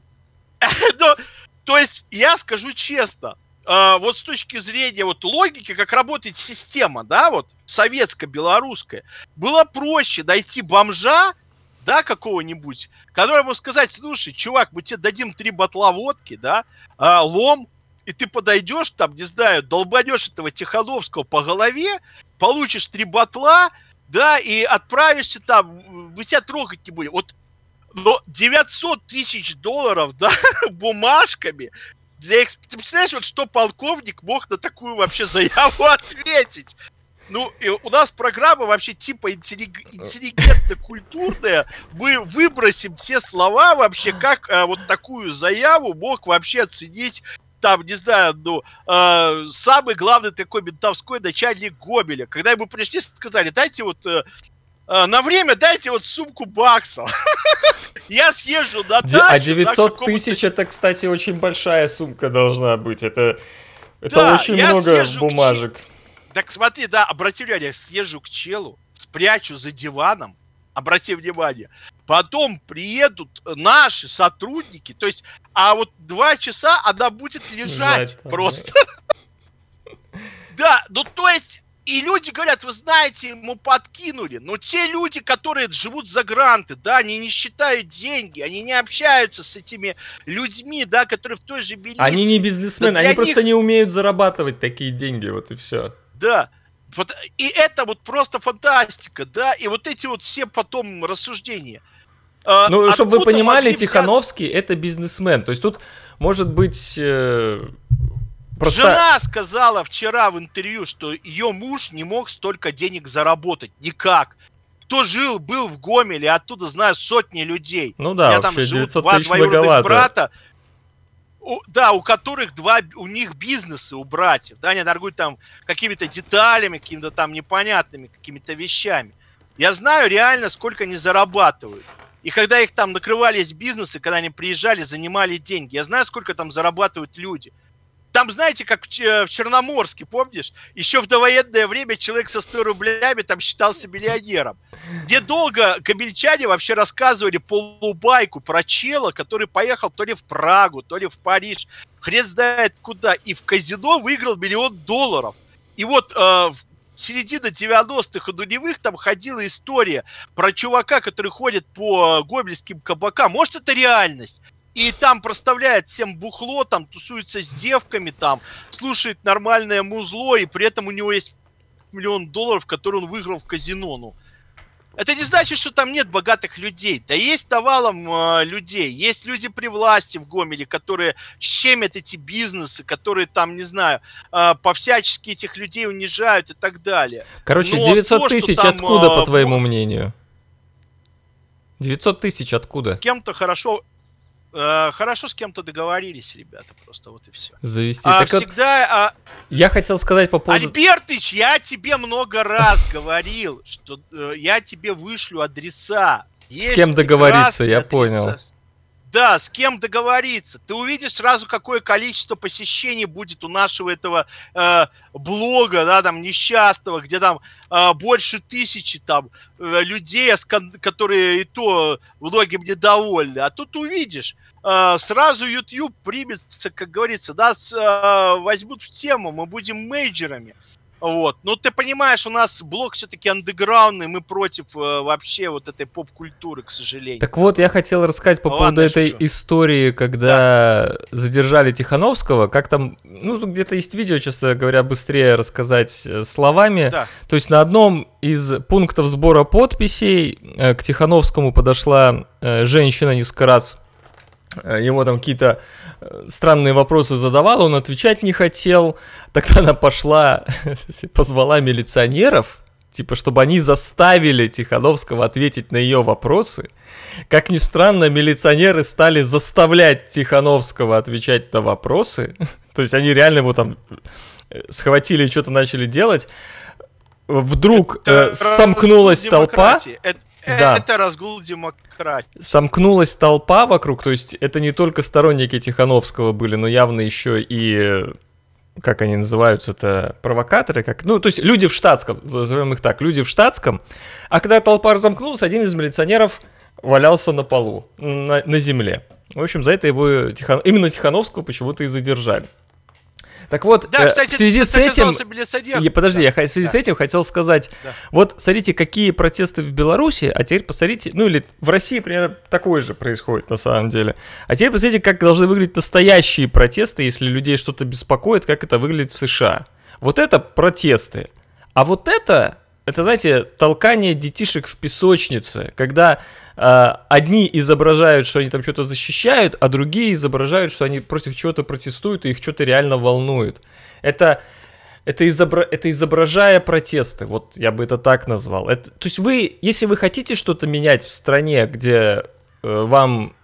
То есть, я скажу честно, вот с точки зрения вот логики, как работает система, да, вот советско-белорусская, было проще найти бомжа, да, какого-нибудь, которому сказать, слушай, чувак, мы тебе дадим 3 ботла водки, да, лом, и ты подойдешь там, не знаю, долбанешь этого Тихановского по голове, получишь 3 ботла, да, и отправишься там, мы тебя трогать не будем. Вот, но 900 тысяч долларов, да, бумажками, ты представляешь, вот что полковник мог на такую вообще заяву ответить? Ну, и у нас программа вообще типа интеллигентно-культурная. Мы выбросим те слова вообще, как вот такую заяву мог вообще оценить, там, не знаю, ну, самый главный такой ментовской начальник Гомеля. Когда ему пришли, сказали, дайте вот, на время дайте вот сумку баксов. Я съезжу на дачу. А 900 тысяч, это, кстати, очень большая сумка должна быть. Это очень много бумажек. Так смотри, да, обрати внимание, съезжу к челу, спрячу за диваном, обрати внимание, потом приедут наши сотрудники, то есть, а вот 2 часа она будет лежать просто. Да, ну то есть, и люди говорят, вы знаете, ему подкинули, но те люди, которые живут за гранты, да, они не считают деньги, они не общаются с этими людьми, да, которые в той же милиции. Они не бизнесмены, они просто не умеют зарабатывать такие деньги, вот и все. Да, и это вот просто фантастика, да, и вот эти вот все потом рассуждения. Ну, чтобы вы понимали, Тихановский это бизнесмен, то есть тут может быть... Просто... Жена сказала вчера в интервью, что ее муж не мог столько денег заработать, никак. Кто был в Гомеле, оттуда знаю сотни людей. Ну да, я вообще там живу 900 2 тысяч двоюродных многовато. брата. у которых у них бизнесы, у братьев, да, они торгуют там какими-то деталями, какими-то там непонятными какими-то вещами. Я знаю реально, сколько они зарабатывают. И когда их там накрывались бизнесы, когда они приезжали, занимали деньги, я знаю, сколько там зарабатывают люди. Там, знаете, как в Черноморске, помнишь? Еще в довоенное время человек со 100 рублями там считался миллионером. Где долго гомельчане вообще рассказывали полубайку про чела, который поехал то ли в Прагу, то ли в Париж, хрен знает куда, и в казино выиграл $1 миллион. И вот в середине 90-х и нулевых там ходила история про чувака, который ходит по гомельским кабакам. Может, это реальность? И там проставляет всем бухло, там тусуется с девками, там слушает нормальное музло, и при этом у него есть $1 миллион, который он выиграл в казино. Ну, это не значит, что там нет богатых людей. Да есть навалом людей. Есть люди при власти в Гомеле, которые щемят эти бизнесы, которые там, не знаю, по-всячески этих людей унижают и так далее. Короче, 900 тысяч там, откуда, по твоему мнению? 900 тысяч откуда? Кем-то хорошо с кем-то договорились, ребята, просто вот и все. Завести. Всегда... Я хотел сказать по поводу... Альбертыч, я тебе много раз говорил, что я тебе вышлю адреса. С кем договориться, я понял. Да, с кем договориться. Ты увидишь сразу, какое количество посещений будет у нашего этого блога, да, там, несчастного, где там больше 1000 там людей, которые и то многим недовольны. А тут увидишь, сразу YouTube примется, как говорится, нас возьмут в тему, мы будем мейджерами. Вот. Но ты понимаешь, у нас блог все-таки андеграундный, мы против вообще вот этой поп-культуры, к сожалению. Так вот, я хотел рассказать по поводу этой истории, когда задержали Тихановского. Как там, ну, где-то есть видео, честно говоря, быстрее рассказать словами. Да. То есть на одном из пунктов сбора подписей к Тихановскому подошла женщина несколько раз. Его там какие-то странные вопросы задавала, он отвечать не хотел. Тогда она пошла, позвала милиционеров, типа, чтобы они заставили Тихановского ответить на ее вопросы. Как ни странно, милиционеры стали заставлять Тихановского отвечать на вопросы. То есть они реально его там схватили и что-то начали делать. Вдруг сомкнулась толпа. Да. Это разгул демократии. Сомкнулась толпа вокруг, то есть это не только сторонники Тихановского были, но явно еще и, как они называются-то, провокаторы, как, ну, то есть люди в штатском, назовем их так, люди в штатском. А когда толпа разомкнулась, один из милиционеров валялся на полу, на земле. В общем, за это его именно Тихановского почему-то и задержали. Так вот, да, кстати, в связи с этим... Подожди, да, я в связи с этим хотел сказать, вот смотрите, какие протесты в Беларуси, а теперь посмотрите, ну или в России примерно такое же происходит на самом деле. А теперь посмотрите, как должны выглядеть настоящие протесты, если людей что-то беспокоит, как это выглядит в США. Вот это протесты. А вот это, знаете, толкание детишек в песочнице, когда одни изображают, что они там что-то защищают, а другие изображают, что они против чего-то протестуют, и их что-то реально волнует. Это изображая протесты, вот я бы это так назвал. То есть вы, если вы хотите что-то менять в стране, где вам,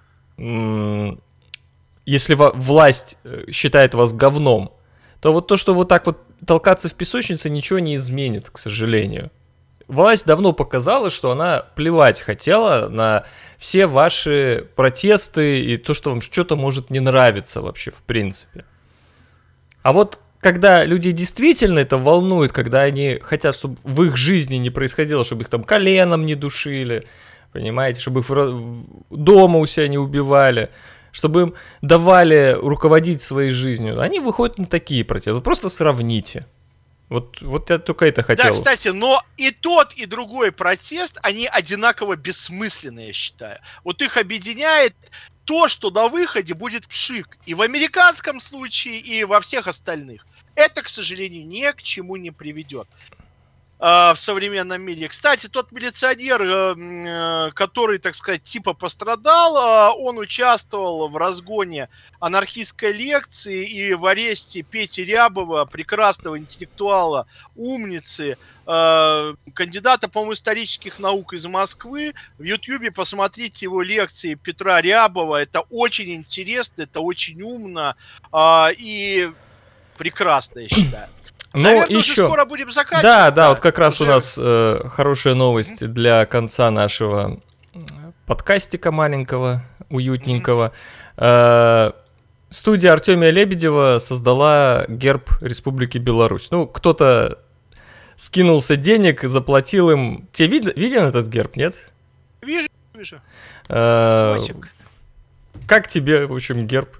если власть считает вас говном, то вот то, что вот так вот толкаться в песочнице, ничего не изменит, к сожалению. Власть давно показала, что она плевать хотела на все ваши протесты и то, что вам что-то может не нравиться вообще в принципе. А вот когда люди действительно это волнует, когда они хотят, чтобы в их жизни не происходило, чтобы их там коленом не душили, понимаете, чтобы их дома у себя не убивали, чтобы им давали руководить своей жизнью, они выходят на такие протесты. Вот просто сравните. Вот я только это хотел. Да, кстати, но и тот, и другой протест, они одинаково бессмысленные, я считаю. Вот их объединяет то, что на выходе будет пшик. И в американском случае, и во всех остальных. Это, к сожалению, ни к чему не приведет. в современном мире. Кстати, тот милиционер, который, так сказать, типа пострадал, он участвовал в разгоне анархистской лекции и в аресте Пети Рябова, прекрасного интеллектуала, умницы, кандидата, по-моему, исторических наук из Москвы. В Ютьюбе посмотрите его лекции Петра Рябова. Это очень интересно, это очень умно и прекрасно, я считаю. Ну, наверное, еще... уже скоро будем заканчивать. Да, вот как раз уже... у нас хорошая новость для конца нашего подкастика маленького, уютненького. Студия Артемия Лебедева создала герб Республики Беларусь. Ну, кто-то скинулся денег, заплатил им. Тебе виден этот герб, нет? Вижу. Как тебе, в общем, герб?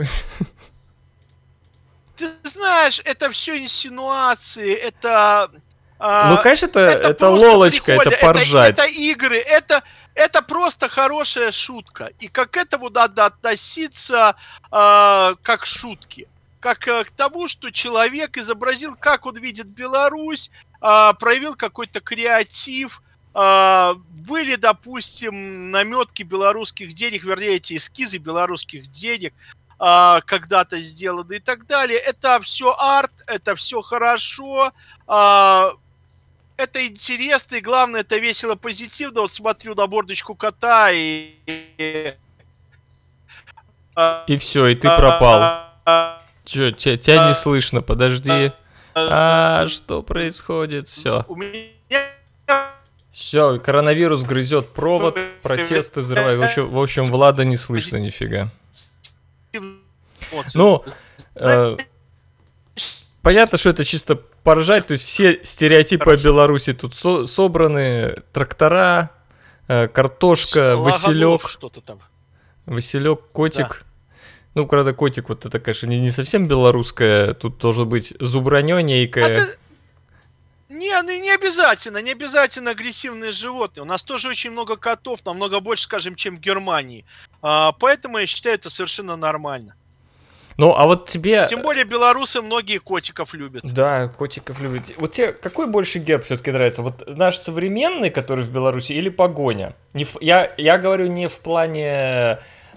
Ты знаешь, это все инсинуации, это... Ну, конечно, это лолочка, прикольно. это поржать. Это игры, это просто хорошая шутка. И как к этому надо относиться как к шутке. Как к тому, что человек изобразил, как он видит Беларусь, проявил какой-то креатив. Были, допустим, наметки белорусских денег, вернее, эти эскизы белорусских денег, когда-то сделаны и так далее. Это все арт, это все хорошо, это интересно, и главное, это весело, позитивно. Вот смотрю на мордочку кота и все, и ты пропал. Чё, тебя не слышно, подожди. Что происходит? Все. Все, коронавирус грызет провод, протесты взрывают. В общем, Влада не слышно нифига. Ну, понятно, что это чисто поржать, то есть все стереотипы о Беларуси тут собраны. Трактора, картошка, Василек. Что-то там. Василек, котик. Да. Ну, правда, котик, вот это, конечно, не совсем белорусское. Тут должно быть зубранёнейкое. Не обязательно агрессивные животные. У нас тоже очень много котов, намного больше, скажем, чем в Германии. Поэтому я считаю, это совершенно нормально. Ну, а вот тебе... Тем более белорусы многие котиков любят. Да, котиков любят. Вот тебе какой больше герб все-таки нравится? Вот наш современный, который в Беларуси, или погоня? Я говорю не в плане...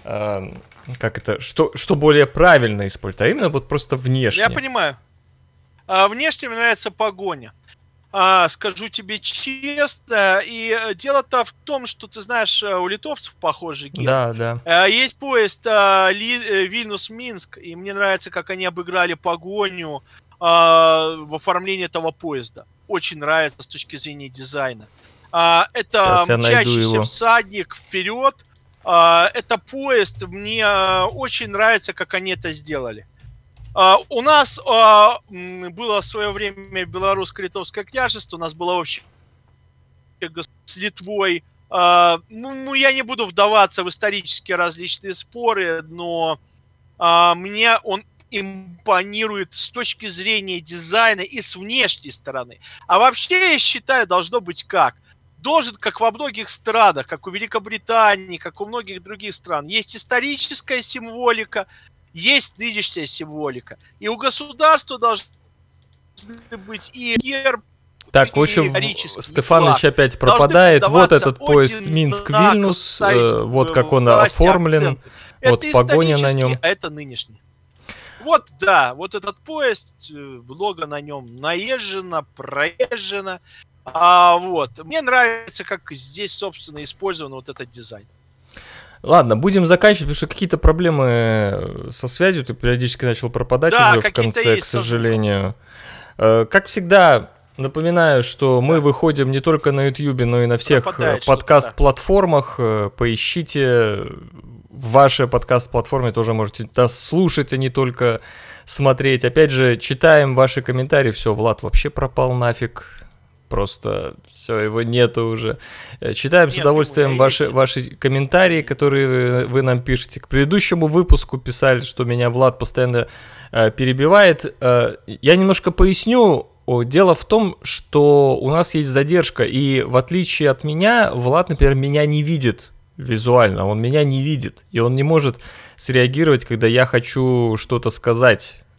как это? Что более правильно использовать, а именно вот просто внешне. Я понимаю. Внешне мне нравится погоня. Скажу тебе честно, и дело-то в том, что, ты знаешь, у литовцев похожий герб. Да. Есть поезд Вильнюс-Минск, и мне нравится, как они обыграли погоню в оформлении этого поезда. Очень нравится с точки зрения дизайна. Это мчащийся всадник вперед. Это поезд, мне очень нравится, как они это сделали. У нас было в свое время белорусско-литовское княжество, у нас было общее с Литвой. Ну, я не буду вдаваться в исторические различные споры, но мне он импонирует с точки зрения дизайна и с внешней стороны. А вообще, я считаю, должно быть как? Должен, как во многих странах, как у Великобритании, как у многих других стран, есть историческая символика, есть нынешняя символика. И у государства должны быть и герб, так, в общем, Стефаныч опять пропадает. Вот этот поезд Минск-Вильнюс, вот как он оформлен, вот погоня на нем. А это нынешний. Вот, да, вот этот поезд, много на нем наезжено, проезжено. Вот. Мне нравится, как здесь, собственно, использован вот этот дизайн. Ладно, будем заканчивать, потому что какие-то проблемы со связью, ты периодически начал пропадать уже в конце, к сожалению. Как всегда, напоминаю, что мы выходим не только на YouTube, но и на всех подкаст-платформах. Поищите, в вашей подкаст-платформе тоже можете нас слушать, а не только смотреть. Опять же, читаем ваши комментарии. Все, Влад вообще пропал нафиг. Просто все, его нету уже. Читаем с удовольствием ваши комментарии, которые вы нам пишете. К предыдущему выпуску писали, что меня Влад постоянно перебивает. Я немножко поясню. Дело в том, что у нас есть задержка, и в отличие от меня, Влад, например, меня не видит визуально. Он меня не видит, и он не может среагировать, когда я хочу что-то сказать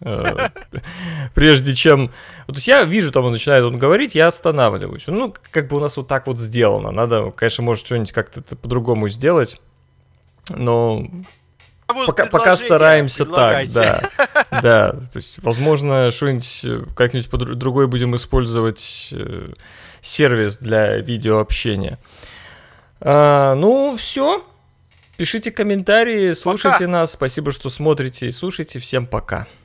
Прежде чем... То есть я вижу, там он начинает говорить, я останавливаюсь. Ну, как бы у нас вот так вот сделано. Надо, конечно, может, что-нибудь как-то по-другому сделать. Но пока стараемся так, да. Да, то есть, возможно, что-нибудь как-нибудь другой будем использовать сервис для видеообщения. Ну, все. Пишите комментарии, слушайте нас. Спасибо, что смотрите и слушаете. Всем пока.